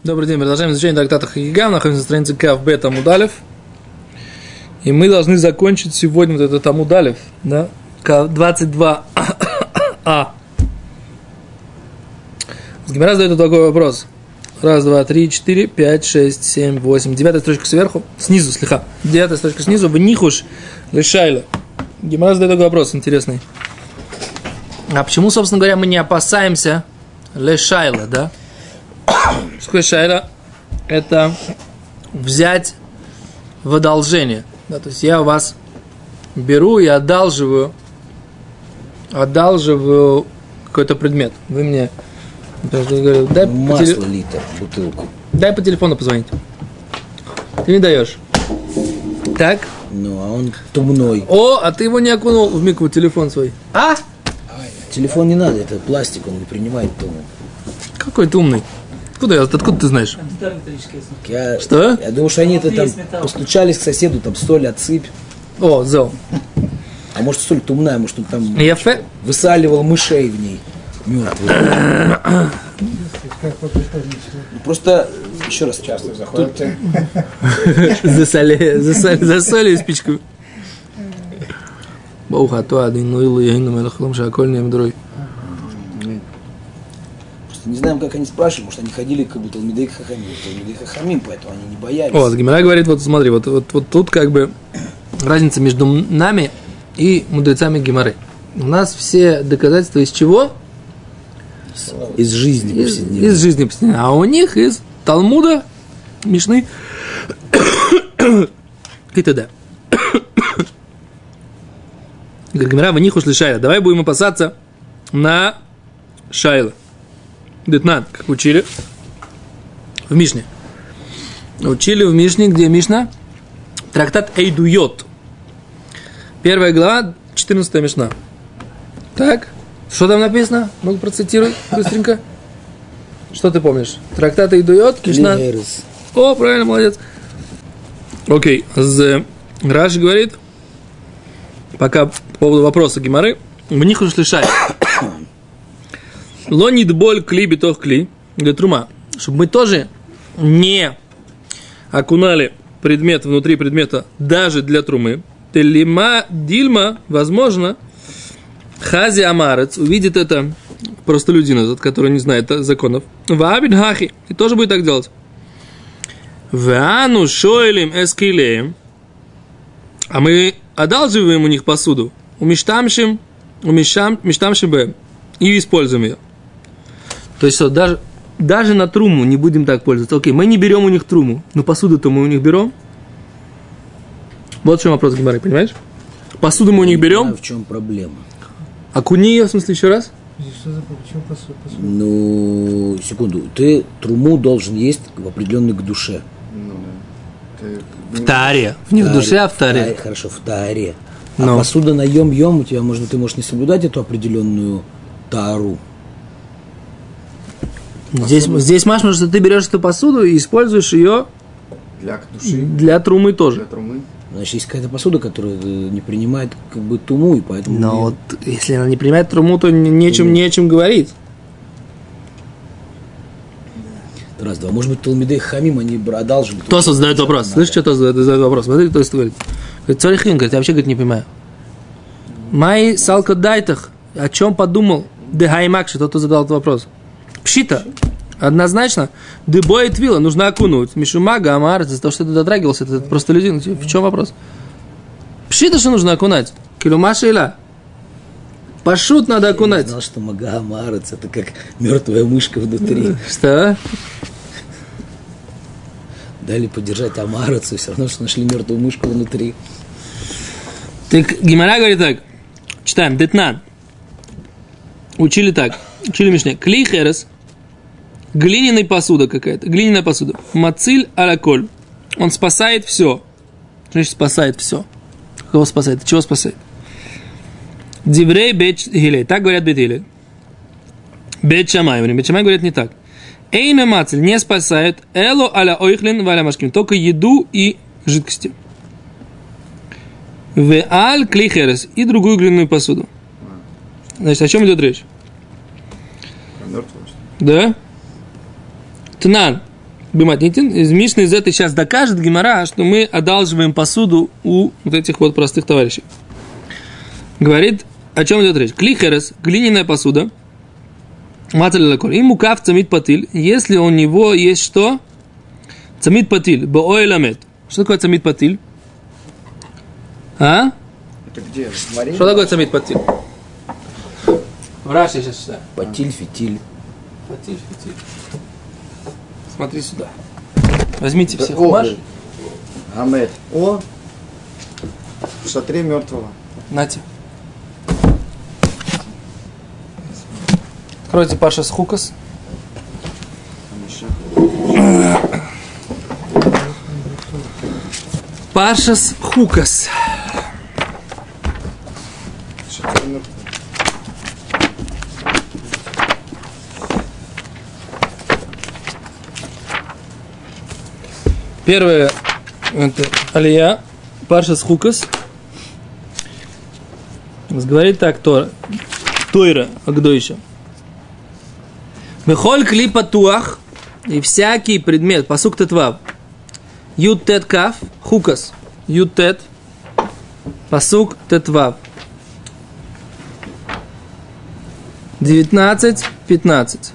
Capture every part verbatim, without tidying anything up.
Добрый день, продолжаем изучение трактата Хагига, находимся на странице Кав Бет Амуд Алеф. И мы должны закончить сегодня вот этот Амуд Алеф, да, двадцать два а. Гемара задает такой вопрос. Раз, два, три, четыре, пять, шесть, семь, восемь. Девятая строчка сверху, снизу, слегка. Девятая строчка снизу, в Нихуш Лешайла. Гемара задает такой вопрос интересный. А почему, собственно говоря, мы не опасаемся Лешайла, да? Что такое шайла? Это взять в одолжение. Да, то есть я у вас беру и одалживаю, одалживаю какой-то предмет. Вы мне говорю, дай масло по теле... литр, бутылку. Дай по телефону позвонить. Ты не даешь. Так? Ну, а он тумной. О, а ты его не окунул в микву телефон свой. А? Телефон не надо, это пластик, он не принимает туму. Какой ты умный. Откуда, откуда ты знаешь? Я, Что? Я думаю, что они это там постучались к соседу, там соль отсыпь. О, зел. А может соль тумная, может он там Яфе? высаливал мышей в ней мертвых. Просто еще раз часто заходит. Засоли, засоли, засоли спичку. Бауха то один, ну или я ину мелахлом шакольный мдрой. Не знаем, как они спрашивают, может, они ходили как бы Талмидей Хахамим, Талмидей Хахамим, поэтому они не боялись. О, Гемара говорит, вот смотри, вот, вот, вот тут как бы разница между нами и мудрецами Гемары. У нас все доказательства из чего? Из жизни Из, повседневной. из жизни повседневной. А у них из Талмуда, Мишны и т.д. Говорит Гемара, в них ушли шайла. Давай будем опасаться на шайла. Детнан, как учили в Мишне. Учили в Мишне, где Мишна? Трактат Эйдуйот. Первая глава, четырнадцатая Мишна. Так, что там написано? Ну-ка, процитируй быстренько. Что ты помнишь? Трактат Эйдуйот, Мишна. О, правильно, молодец. Окей, Раши говорит, пока по поводу вопроса Гемары, в них ушли шайла. Лонит боль кли битох кли для трума, чтобы мы тоже не окунали предмет внутри предмета даже для трумы. Телима дильма, возможно, хази амарец увидит это простолюдин этот, который не знает законов. Ваабин хахи, и тоже будет так делать. Вану шойлим эскилеем, а мы одалживаем у них посуду, умиштамшим, умиштам, миштамшим бэм, и используем ее. То есть что, даже, даже на труму не будем так пользоваться. Окей, мы не берем у них труму, но посуду-то мы у них берем. Вот в чем вопрос Гемары, понимаешь? Посуду мы у них берем. А в чем проблема? Окуни ее, в смысле, еще раз? Почему посуду? Ну, секунду. Ты труму должен есть в определенной к душе. Ну, да. Ты... В таре. Не в душе, а в таре. В таре, хорошо, в таре. А Но. посуда на йом-йом у тебя, можно, ты можешь не соблюдать эту определенную тару. Здесь, здесь Маш, что ты берешь эту посуду и используешь ее Для души. для трумы тоже. Для трумы. Значит, есть какая-то посуда, которая не принимает как бы туму, и поэтому... Но не- вот если она не принимает труму, то нечем, не о чем говорить. Раз, два. Может быть, Талмидей Хамим, они одалживали. Тосфот задает вопрос. Слышишь, что Тосфот задает вопрос? Смотри, Тосфот говорит. Говорит, Цорихин, говорит, я вообще говорит, не понимаю. Май салка дайтах, о чем подумал Дехаймакши, тот, кто задал этот вопрос. Пшита, однозначно, дебой твила, нужно окунуть. Мишумага, Амар, из-за того, что ты дотрагивался, это просто люди. В чем вопрос? Пшита, что нужно окунать? Килумаша иля. Пашут надо окунать. Я знал, что Мага Амарец, это как мертвая мышка внутри. Что? Дали подержать Амарецу, все равно, что нашли мертвую мышку внутри. Так, Гемара говорит так. Читаем. Детнан. Учили так. Учили Мишне. Кли херес. Глиняная посуда какая-то. Глиняная посуда. Мациль аляколь. Он спасает все. Что значит спасает все? Кого спасает? От чего спасает? Диврей бет хилей. Так говорят бет хилей. Бет шамай. Бет шамай говорят не так. Эйме мациль не спасает. Эло аля ойхлин валя машкин. Только еду и жидкости. В аль клихерес. И другую глиняную посуду. Значит, о чем идет речь? Да? Тнан. Биматнитин. Из Мишны из этой сейчас докажет Гемара, что мы одалживаем посуду у вот этих вот простых товарищей. Говорит, о чем идет речь. Клихерес, глиняная посуда. Мацаль лаколь. И мукав цамит патиль. Если у него есть что? Цамит патиль. Бооэ ламет. Что такое цамит патиль? А? Это где? В море? Что такое цамит патиль? В Раши я сейчас читаю. Патиль, фитиль. Патиль, фитиль. Смотри сюда. Возьмите Да, все о, хумаш. Гамет. О! В шатре мертвого. Нате. Откройте Пашас Хукас. Пашас Хукас. Шатре мертвого. Первое, это Алия, Паршас Хукас. Говорит так, Тора, Тойра, а кто еще? Мехоль кли патуах, и всякий предмет, пасук тетвав, ют тет каф, хукас, ют тет, пасук тетвав. девятнадцать, пятнадцать.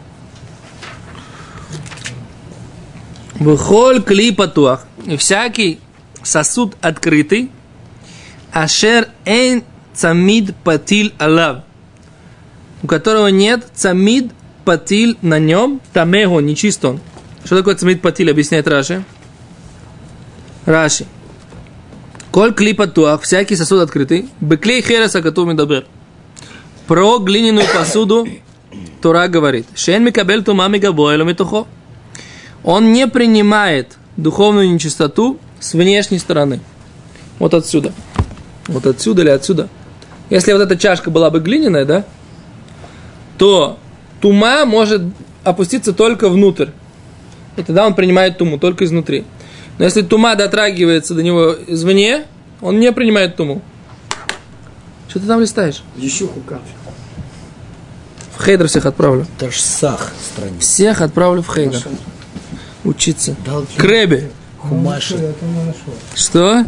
Вехоль кли патуах, и всякий сосуд открытый, ашер эн цамид патиль алав, у которого нет цамид патиль на нем, тамего, нечист он. Что такое цамид патиль, объясняет Раши. Раши. Коль кли патуах, всякий сосуд открытый, беклей хереса катув медабер. Про глиняную посуду Тора говорит, шен микабель тума мигабоэлу митухо. Он не принимает духовную нечистоту с внешней стороны. Вот отсюда. Вот отсюда или отсюда. Если вот эта чашка была бы глиняная, да, то тума может опуститься только внутрь. И тогда он принимает туму только изнутри. Но если тума дотрагивается до него извне, он не принимает туму. Что ты там листаешь? Еще хукав. В хейдер всех отправлю. Это ж сах страниц. Всех отправлю в хейдер. Учиться. Дал Креби. Хумаши. Что?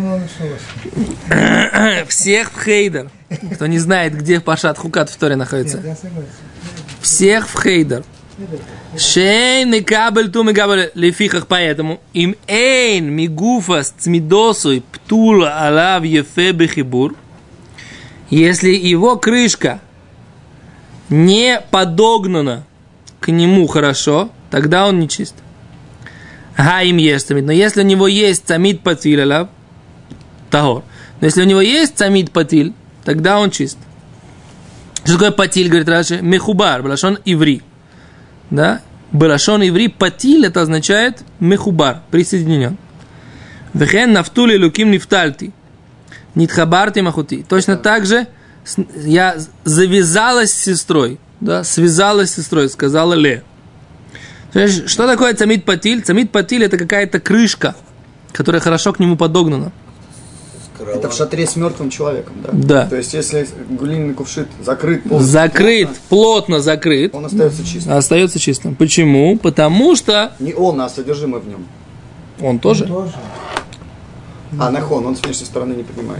Всех в хейдер. Кто не знает, где Пашат Хукат в Торе находится. Всех в хейдер. Шейн и кабель ту мигабель лефихах, поэтому им эйн мигуфас цмидосуй птула алав ефе бехибур. Если его крышка не подогнана к нему хорошо, тогда он нечист. Га им есть цамид. Но если у него есть цамид патиль алав, тагор. Но если у него есть цамид патиль, тогда он чист. Что такое патиль, говорит Раши? Мехубар, балашон иври. Да? Балашон иври, патиль, это означает мехубар, присоединен. Вехен нафтули луким нифтальти. Нитхабарти махути. Точно так же я завязалась с сестрой. Да? Связалась с сестрой, сказала Ле. Что такое цамид патиль? Цамид патиль это какая-то крышка, которая хорошо к нему подогнана. Это в шатре с мертвым человеком, да? Да. То есть, если глиняный кувшин закрыт полностью, закрыт, плотно, плотно закрыт, он остается чистым. Остается чистым. Почему? Потому что Не он, а содержимое в нем. он тоже. Он тоже. А нахон, он с внешней стороны не принимает.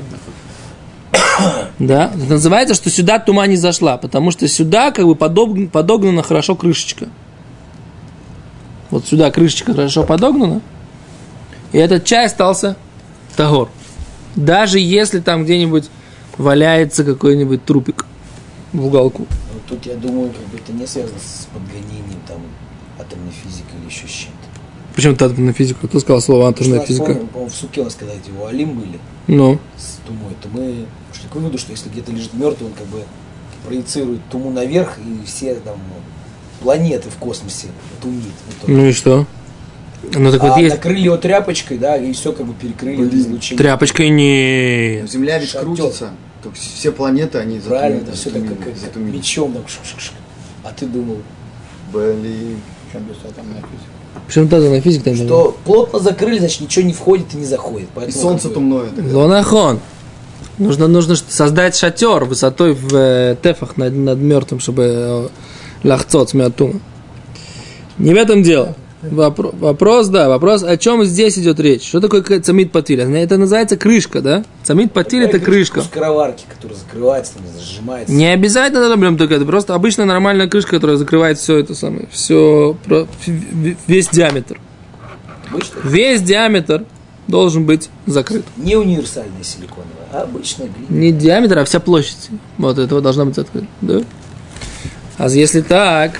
Да. Это называется, что сюда тума не зашла, потому что сюда как бы подогнана, подогнана хорошо крышечка. Вот сюда крышечка хорошо подогнана, и этот чай остался тагор. Даже если там где-нибудь валяется какой-нибудь трупик в уголку. Ну, тут, я думаю, как бы это не связано с подгонением там атомной физики или еще с чем-то. Почему ты атомная физика? Кто сказал слово атомная Что, физика? помню, по-моему, в суке у нас, когда эти уалим были Ну. с тумой, то мы пришли к выводу, что если где-то лежит мертвый, он как бы проецирует туму наверх, и все там планеты в космосе тумит. Ну и что? Ну так а вот есть. накрыли его тряпочкой, да, и все как бы перекрыли это излучение. Тряпочкой не. Земля ведь Шатер. крутится, то все планеты, они Правильно, затумили- это все так как, затумили- как затумили. мечом так шик-шик-шик. А ты думал, Блин. Почему та атомная физика? там что плотно закрыли, значит ничего не входит и не заходит. И Поэтому солнце как бы тумное. тогда. Лонахон. Нужно, нужно создать шатер высотой в э, тефах над, над мертвым, чтобы э, лахцоц мятума. Не в этом дело. Вопро- вопрос, да, вопрос, о чем здесь идет речь? Что такое цамид патиль? Это называется крышка, да? Цамид патиль это крышка. Скороварки, которая закрывается, там, зажимается. Не обязательно проблема только это, просто обычная нормальная крышка, которая закрывает все это самое, все, весь диаметр. Обычная? Весь диаметр должен быть закрыт. Не универсальная силиконовая, а обычная глина. Не диаметр, а вся площадь. Вот этого должна быть закрыта, да? А если так,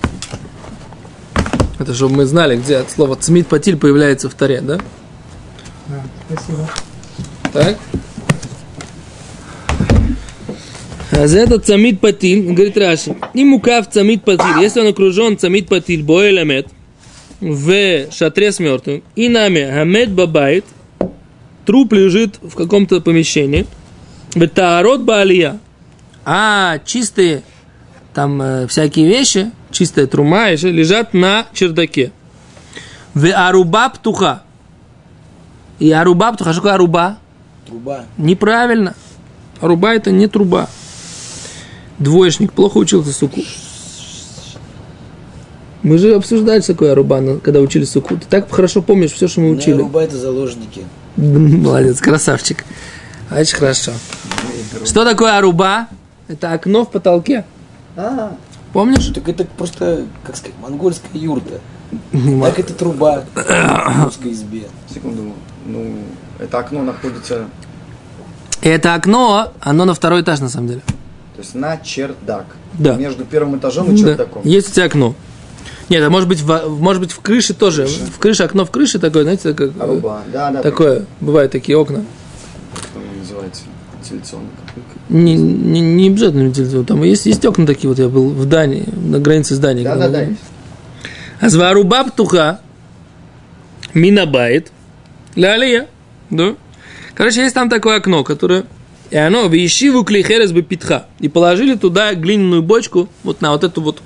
это чтобы мы знали, где от слова цмид патиль появляется в Торе, да? Да, спасибо. Так. А за это цамид патиль, говорит Раши, и мукав цамид патиль, если он окружен цамид патиль, боэль амет, в шатре с мертвым, и нами амет бабайт, труп лежит в каком-то помещении, в таарот баалия, а чистые там э, всякие вещи, чистая трума еще лежат на чердаке. В аруба птуха. И аруба птуха, что такое аруба? Труба. Неправильно. Аруба это не труба. Двоечник, плохо учился суку. Мы же обсуждали, что такое аруба, когда учили суку. Ты так хорошо помнишь все, что мы учили. Не, аруба это заложники. Молодец, красавчик. Очень хорошо. Что такое аруба? Это окно в потолке. А, Помнишь? так это просто, как сказать, монгольская юрта. Так это труба в русской избе. Секунду. Ну, это окно находится, Это окно, оно на второй этаж на самом деле. то есть на чердак. Да. Между первым этажом и Да. чердаком. Есть у тебя окно. Нет, а может быть, в, может быть в крыше тоже. Крыша. В крыше окно в крыше такое, знаете, как, Аруба. Да, да. такое. Бывают такие окна. Как оно называется? Вентиляционный. Не, не, не обязательно вентиляционные. Там есть, есть окна такие. Вот я был в Дании, на границе с Данией. Да, когда да, был. да. А зваруба птуха минабайт лалия. Да? Короче, есть там такое окно, которое... И оно в ешиву клейхерес бы питха. И положили туда глиняную бочку вот на вот эту вот...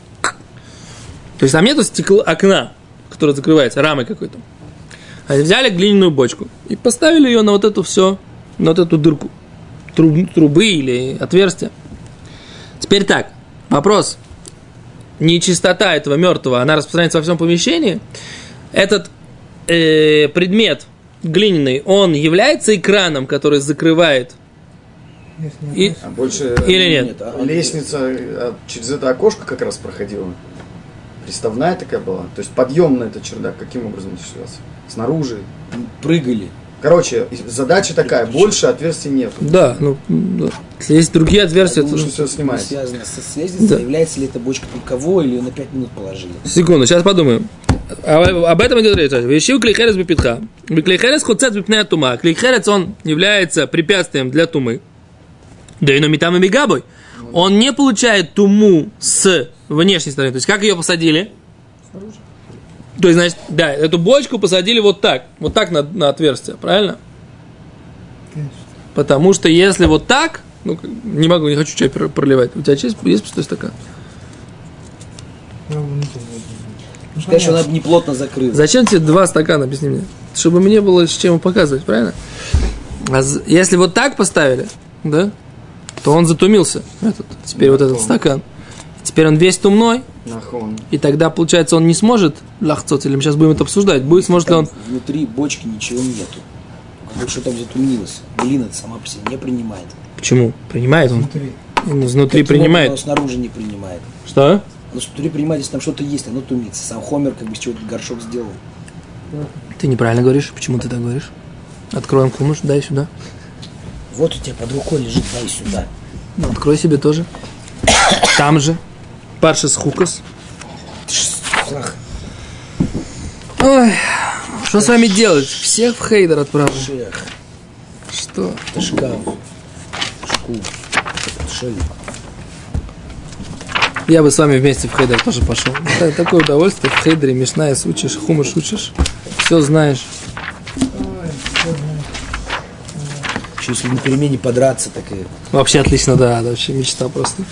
То есть там нету стекла, окна, которое закрывается, рамой какой-то. Они взяли глиняную бочку и поставили ее на вот эту все, на вот эту дырку. Труб, трубы или отверстия. Теперь так, вопрос. Нечистота этого мертвого, она распространяется во всем помещении. Этот э, предмет глиняный, он является экраном, который закрывает. И, А больше или нет? Нет, а- лестница а, через это окошко как раз проходила. Приставная такая была. То есть подъем на этот чердак каким образом осуществлялся? Снаружи. Прыгали. Короче, задача такая, больше отверстий нет. Да, ну, да. Если есть другие отверстия, то... Лучше все снимать. Связано со лестницей, Да. является ли эта бочка таковой, или ее на пять минут положили. Секунду, сейчас подумаем. А- Об этом идет речь. Вещив клейхерес бепитха. Клейхерес хуцет бепнея тума. Клейхерес, он является препятствием для тумы. Да и номитам и мегабой. Он не получает туму с внешней стороны. То есть, как ее посадили? То есть, значит, да, эту бочку посадили вот так. Вот так на, на отверстие, правильно? Конечно. Потому что если вот так, ну, не могу, не хочу чай пр- проливать. У тебя есть, есть пустой стакан? Ну, ну, ну, Сказать, что понятно. она не плотно закрыта. Зачем тебе два стакана, объясни мне? Чтобы мне было с чем показывать, правильно? А з- если вот так поставили, да, то он затумился, этот, теперь вот этот стакан. Теперь он весь тумной, Нахон. и тогда, получается, он не сможет лахцот, или мы сейчас будем это обсуждать, будет, сможет ли Там он... внутри бочки ничего нету. Как будто что там затумнилось. Глина сама по себе не принимает. Почему? Принимает он. Внутри. Он Изнутри Каким принимает. образом, оно снаружи не принимает. Что? Оно снутри принимает, если там что-то есть, оно тумится. Сам Хомер как бы с чего-то горшок сделал. Ты неправильно говоришь. Почему ты так говоришь? Откроем хумуш, дай сюда. Вот у тебя под рукой лежит, дай сюда. Ну, открой себе тоже. Там же. Паршис хукас. Ах, Ой, что с вами делать? Всех в хейдер отправлю. шех, Что? это шкаф. Шку. Шель. Я бы с вами вместе в хейдер тоже пошел. Это такое удовольствие. В хейдере мишная учишь, хумыш учишь. Все знаешь. Еще если на перемене подраться, так и... Вообще отлично, да. Это вообще мечта просто.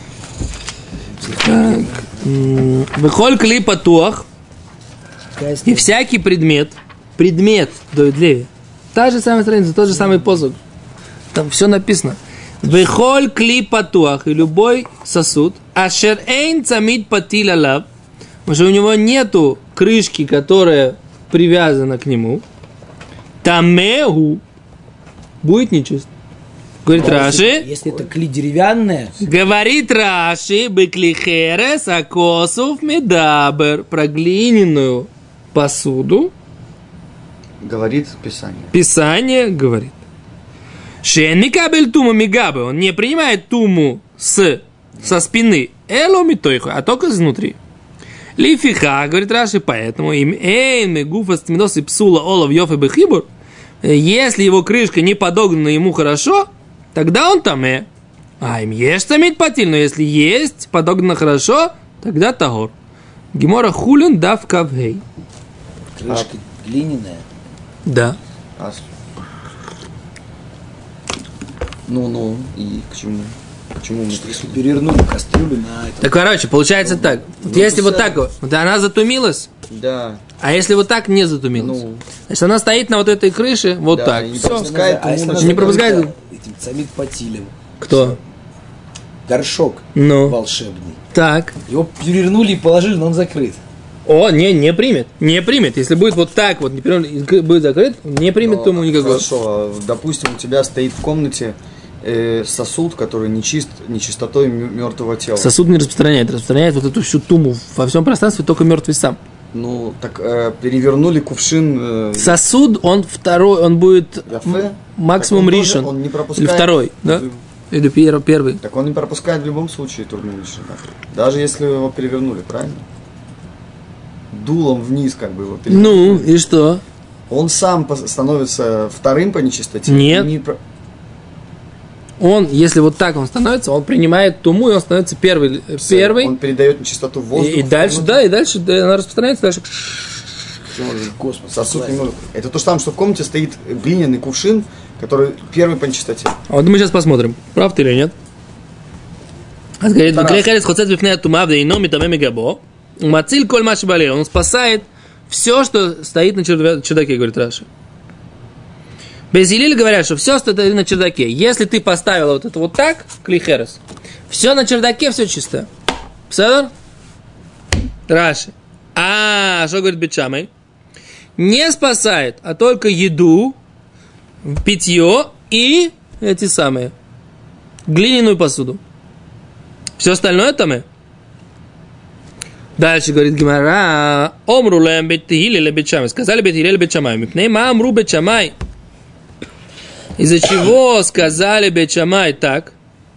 Так. м, Выхоль кли патуах. И всякий предмет. Предмет, Давид Леви. Та же самая страница, тот же самый посуд. Там все написано. Выхоль кли патуах. И любой сосуд. Ашер эйн цамид патил алав. Потому что у него нету крышки, которая привязана к нему, тамегу будет нечист. Говорит Раши. Если это кли деревянная. Говорит Раши, беклихерес, акосов, медабер, про глиняную посуду. Говорит Писание. Писание говорит. Шенникабель туму мигабе, он не принимает туму с, со спины, эломитойху, а только изнутри. Лифиха, говорит Раши, поэтому им эйн мегуфа стимидос и псула олов йофе бехибур, если его крышка не подогнана ему хорошо, тогда он таме. А им есть тамид патиль, но если есть, подогнано хорошо, тогда тагор. Гемора хулин дав кавгей. Крышка а... глиняная. Да. А... Ну-ну, и к чему? Почему мы если перевернули кастрюлю на это. Так, короче, получается так. Вот если вот так вот, вот она затумилась. Да. А если вот так не затумилась? Ну. Значит, она стоит на вот этой крыше, вот да, так. Не пропускает, а если она не пропускает этим самим патилем. Кто? Горшок ну. волшебный. Так. Его перевернули и положили, но он закрыт. О, не, не примет. Не примет. Если будет вот так вот, будет закрыт, не примет тому никакого. Хорошо, допустим, у тебя стоит в комнате сосуд, который нечист, нечистотой мертвого тела. Сосуд не распространяет, распространяет вот эту всю туму во всем пространстве, только мертвый сам. Ну, так э, перевернули кувшин. Э, Сосуд, он второй, он будет м- максимум ришон. Он не пропускает. Или второй, да? Или пер- первый. Так он не пропускает в любом случае турнир ришон. Даже если его перевернули, правильно? Дулом вниз как бы его перевернули. Ну, и что? Он сам становится вторым по нечистоте? Нет. Не про... Он, если вот так он становится, он принимает туму, и он становится первый. Все, первый. Он передает нечистоту в воздух. И, и дальше, да, и дальше да, она распространяется, дальше. Космос. Сосуд не может. Это то же самое, что в комнате стоит глиняный кувшин, который первый по нечистоте. А вот мы сейчас посмотрим, прав ты или нет. Он спасает все, что стоит на чердаке, говорит Раши. Без Илиль говорят, что все стоит на чердаке. Если ты поставила вот это вот так, клихерес, все на чердаке, все чисто. Псадор? Раши. А, что говорит Бет-Шамай? Не спасает, а только еду, питье и эти самые глиняную посуду. Все остальное там и. Дальше говорит Гемара. Омру лэм Бет-Илиль или Бет-Шамай. Сказали Бет-Илиль или Бет-Шамай. Мипней ма амру Бет-Шамай. Из-за чего сказали Бет-Шамай так?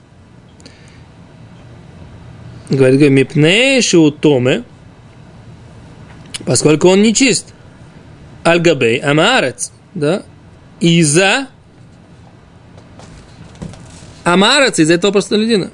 Говорит, мипней шеутоме, поскольку он нечист. Аль-Габей амаарец, да? Из-за амаарец, из-за этого простолюдина.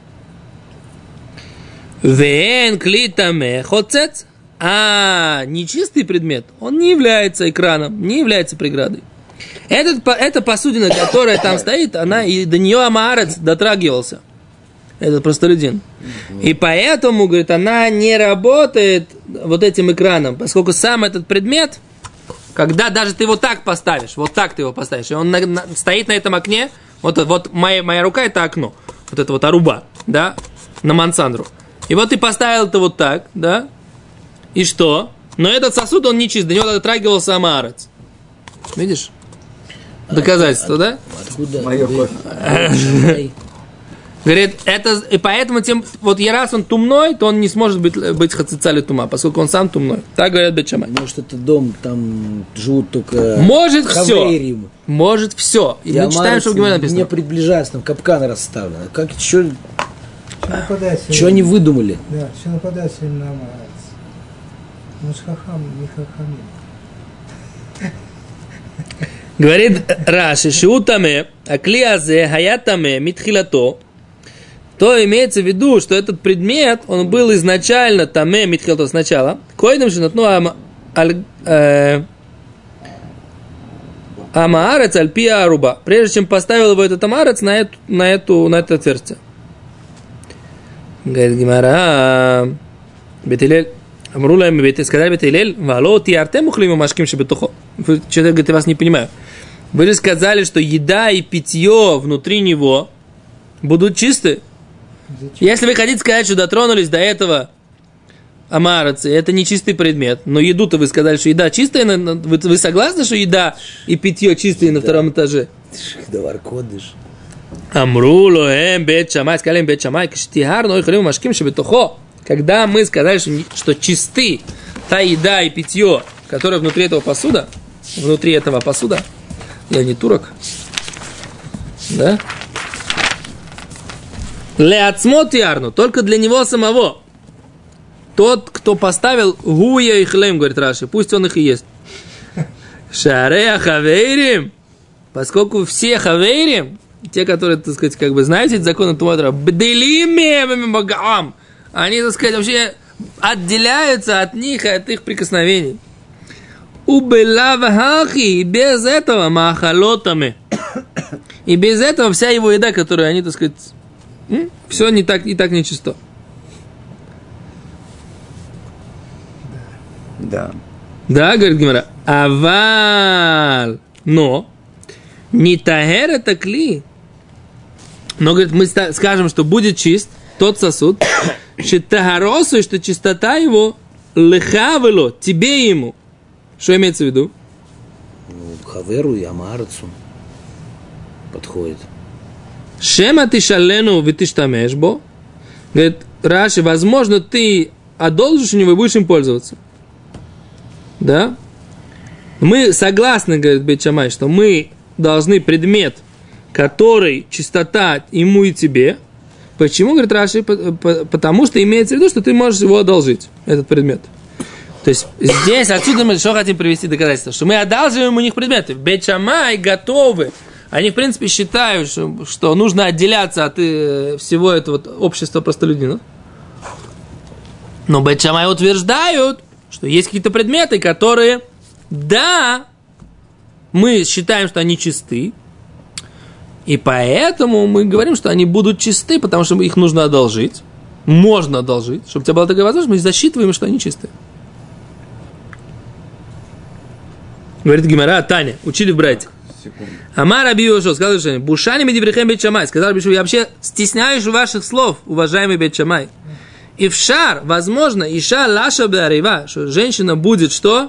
Вен клитаме хоцец. А нечистый предмет, он не является экраном, не является преградой. Этот, эта посудина, которая там стоит, она и до нее амаарец дотрагивался. Этот простолюдин. И поэтому, говорит, она не работает вот этим экраном, поскольку сам этот предмет, когда даже ты его так поставишь, вот так ты его поставишь, и он на, на, стоит на этом окне, вот, вот моя, моя рука это окно, вот это вот аруба, да, на мансандру. И вот ты поставил это вот так, да, и что? Но этот сосуд, он не чист, до него дотрагивался амаарец. Видишь? Доказательство, да? Откуда? Мое кофе. Говорит, это, и поэтому, тем, вот и раз он тумной, то он не сможет быть, быть хацицали тума, поскольку он сам тумной. Так говорят Бет-Шамай. Может, это дом, там живут только может хавейрим. Все. Может все. И, и мы читаем, что в Гемаре написано. Не приближаться, там капканы расставлены. Как, что, Что что они выдумали? Да, все нападает на амаарец. Ну, с хахам, не хахамим. Говорит Раши, шиутаме, аклиазе, хаятаме, митхилато. То имеется в виду, что этот предмет, он был изначально таме, митхилато, сначала. Койдем шинатну амаарец альпия аруба. Прежде чем поставил его этот амаарец на эту, на эту, на это отверстие. Говорит Гемара, Бет-Илель, Амрула им бет, сказали Бет-Илель, вало тиартем ухлим машким шебетухо. Что-то, говорит, я вас не понимаю. Вы же сказали, что еда и питье внутри него будут чисты. Зачем? Если вы хотите сказать, что дотронулись до этого амарацы, это не чистый предмет, но еду-то вы сказали, что еда чистая, вы, вы согласны, что еда и питье чистые на втором этаже? Давар кодыш. Амруло, эм, бет шамай, сказали им бет шамай, кштихар, но и халим машким шебетухо. Когда мы сказали, что, что чисты та еда и питье, которое внутри этого посуда, внутри этого посуда, я не турок, да? Леацмот ярну, только для него самого. Тот, кто поставил гуя и хлем, говорит Раши, пусть он их и ест. Шарея хавейрим, поскольку все хавейрим, те, которые, так сказать, как бы знаете эти законы Туматра, бделими магам, они, так сказать, вообще отделяются от них и от их прикосновений. Убелавахахи, и без этого махалотами. И без этого вся его еда, которую они, так сказать, все не так, не так нечисто. Да. Да, говорит Гемара. Авал. Но. Не тагер это кли. Но, говорит, мы скажем, что будет чист тот сосуд, что тагаросу, что чистота его лехавело, тебе ему. Что имеется в виду? Ну, хаверу и амарцу подходит. Шема ты шалену витиштамешбо. Говорит, Раши, возможно, ты одолжишь у него и будешь им пользоваться. Да? Мы согласны, говорит Бейт Шамай, что мы должны предмет, который чистота ему и тебе. Почему, говорит Раши? Потому что имеется в виду, что ты можешь его одолжить, этот предмет. То есть здесь, отсюда мы что хотим привести доказательство? Что мы одалживаем у них предметы. Бейт Шамай готовы. Они, в принципе, считают, что, что нужно отделяться от э, всего этого вот, общества простолюдинов. Но Бейт Шамай утверждают, что есть какие-то предметы, которые, да, мы считаем, что они чисты, и поэтому мы говорим, что они будут чисты, потому что их нужно одолжить, можно одолжить, чтобы у тебя была такая возможность, мы засчитываем, что они чистые. Говорит Гемара, Таня, учили в брате. Амар Раби Йошуа, сказал Решение, Бушани медиврихем Бейт Шамай, сказал Раби Йошуа, я вообще стесняюсь ваших слов, уважаемый Бейт Шамай. И в шар, возможно, иша лаша беарева, что женщина будет что?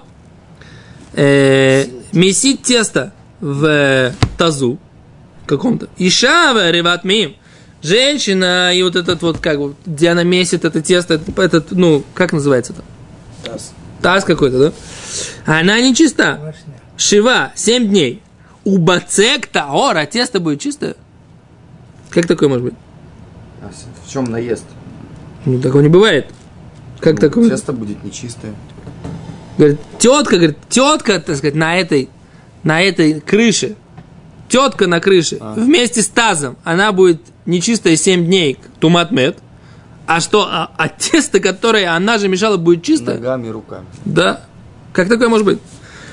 Э, месить тесто в тазу каком-то. Иша беареват мим. Женщина, и вот этот вот, как вот, где она месит это тесто, этот, этот ну, как называется это? Таз. Таз какой-то, да? Она не чиста. Шива, семь дней. У бацек таор, а тесто будет чистое? Как такое может быть? А в чем наезд? Ну, такого не бывает. Как ну, такое? Тесто будет нечистое. Говорит, тетка, говорит, тетка, так сказать, на этой, на этой крыше, тетка на крыше, а. вместе с тазом, она будет нечистая семь дней, тумат мед. А что, а, а тесто, которое она же мешала, будет чистое? Ногами, руками. Да. Как такое может быть?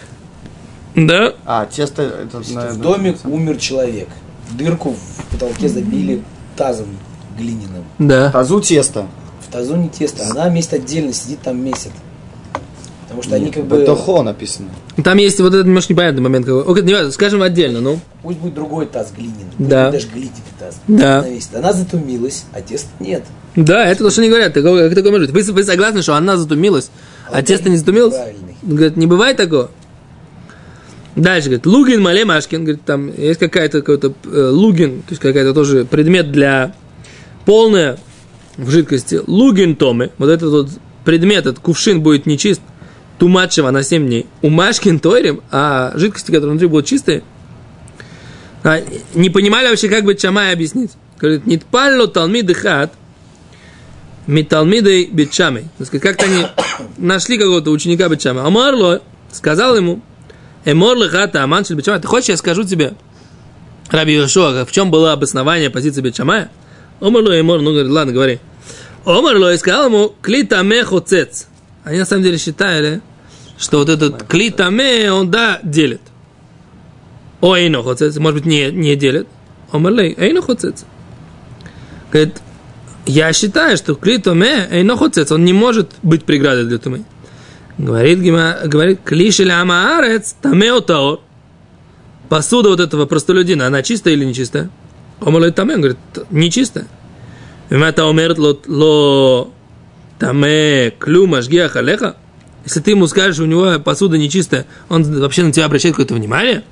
Да. А, тесто... Это, наверное, в доме умер человек. Дырку в потолке забили тазом глиняным. Да. В тазу тесто. В тазу не тесто. Она место отдельно сидит, там месяц. Потому что Нет, они как бы... Бетохо написано. Там есть вот этот немножко непонятный момент. Окей, не важно, скажем отдельно, ну. Пусть будет другой таз глиняный. Да. Пусть даже глиняный таз. Да. Она, она затумилась, а теста нет. Да, это то, что они говорят. Как такое может быть? Вы, вы согласны, что она затумилась, а, а тесто не затумилось? Говорит, не бывает такого. Дальше, говорит, лугин мале машкин, говорит, там есть какая-то какой-то э, лугин, то есть какая-то тоже предмет для полная в жидкости. Лугин томе, вот этот вот предмет, этот кувшин будет нечист, туматшева на семь дней. У машкин тойрим, а жидкости, которые внутри будут чистые, а, не понимали вообще, как бы Шамай объяснить. Говорит, нитпалло талмид хат, миталмидой бет Шамай. Как-то они нашли какого-то ученика бет Шамай. Амарло сказал ему, Эмор лехата аман шель бет Шамай. Ты хочешь, я скажу тебе, Раби Йошуа, в чем было обоснование позиции бет Шамая? Омарло, Эмор, ну, говорит, ладно, говори. Омарло, и сказал ему, клитаме хоцец. Они на самом деле считали, что вот этот клитаме, он, да, делит. О, эйно хоцец, может быть, не, не делит. Омарло, эйно хоцец. Говорит, я считаю, что клитаме, эйно хоцец, он не может быть преградой для тумы. Говорит, говорит, клиши ляма арец, тамео таор. Посуда вот этого простолюдина, она чистая или нечистая? Омалой тамео, говорит, нечистая. Вмята умерт ло Таме клюма жгиах алеха. Если ты ему скажешь, у него посуда нечистая, он вообще на тебя обращает какое-то внимание?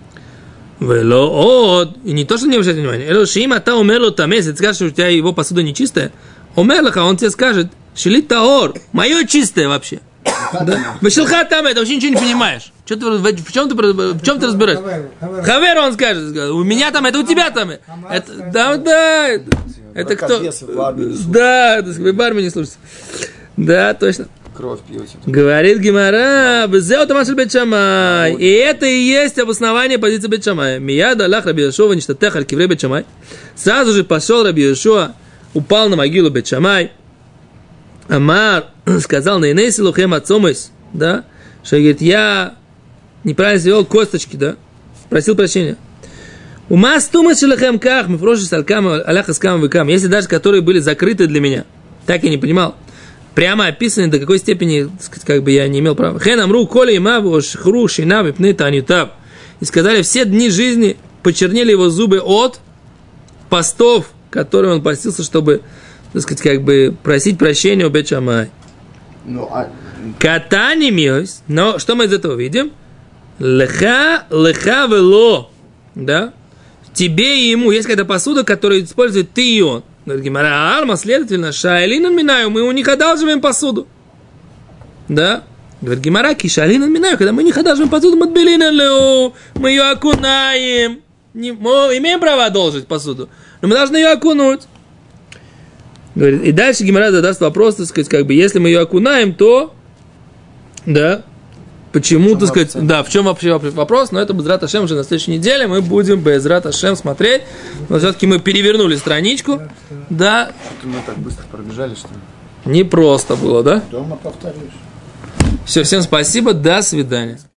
Вело от. И не то, что не обращает внимания. Эло шима та умерло таме. Если ты скажешь, что у тебя его посуда нечистая, умерлаха, он тебе скажет, шили таор, мое чистое вообще. Вышелха там, это вообще ничего не понимаешь. Что ты, в чем ты, в чем ты разбираешься? Хавер, он скажет, у меня там, это у тебя там. Это, да, да, это, это кто? Да, вы в армии не слушаете. Да, точно. Кровь пьете. Говорит Гемара, Бет Шамай. И это и есть обоснование позиции Бет Шамай. Мияда Аллах Раби Йошуа ништатех аль киврей Бет Шамай. Сразу же пошел Раби Йошуа, упал на могилу Бет Шамай. Амар сказал на Инейси Лухем Ацомес, да, что говорит, я неправильно сделал косточки, да, просил прощения. Ума стумас шелахем ках, мы фроши салкам, аляха скам выкам, если даже которые были закрыты для меня, так я не понимал. Прямо описаны, до какой степени, как бы я не имел права. Хен амру коли имав шхру шинав и пны танютав. И сказали, все дни жизни почернели его зубы от постов, которые он постился, чтобы, так сказать, как бы просить прощения у Бет Шамай. Ну, а... Катани миос. Но что мы из этого видим? Леха, леха вело. Да? Тебе и ему есть какая-то посуда, которую использует ты и он. Говорит Гемара, Арма, следовательно, Шаэлинан Минаю, мы у них одалживаем посуду. Да? Говорит Гемара, ки Шаэлинан Минаю, когда мы у них одалживаем посуду, мы ее окунаем. Не, мы имеем право одолжить посуду, но мы должны ее окунуть. Говорит, и дальше Гемара задаст вопрос, так сказать, как бы, если мы ее окунаем, то, да, почему, так сказать, вообще? Да, в чем вообще вопрос, но это Безрат Ашем уже на следующей неделе, мы будем Безрат Ашем смотреть, но все-таки мы перевернули страничку, да. Что-то мы так быстро пробежали, что ли? Не просто было, да? Дома повторишь. Все, всем спасибо, до свидания.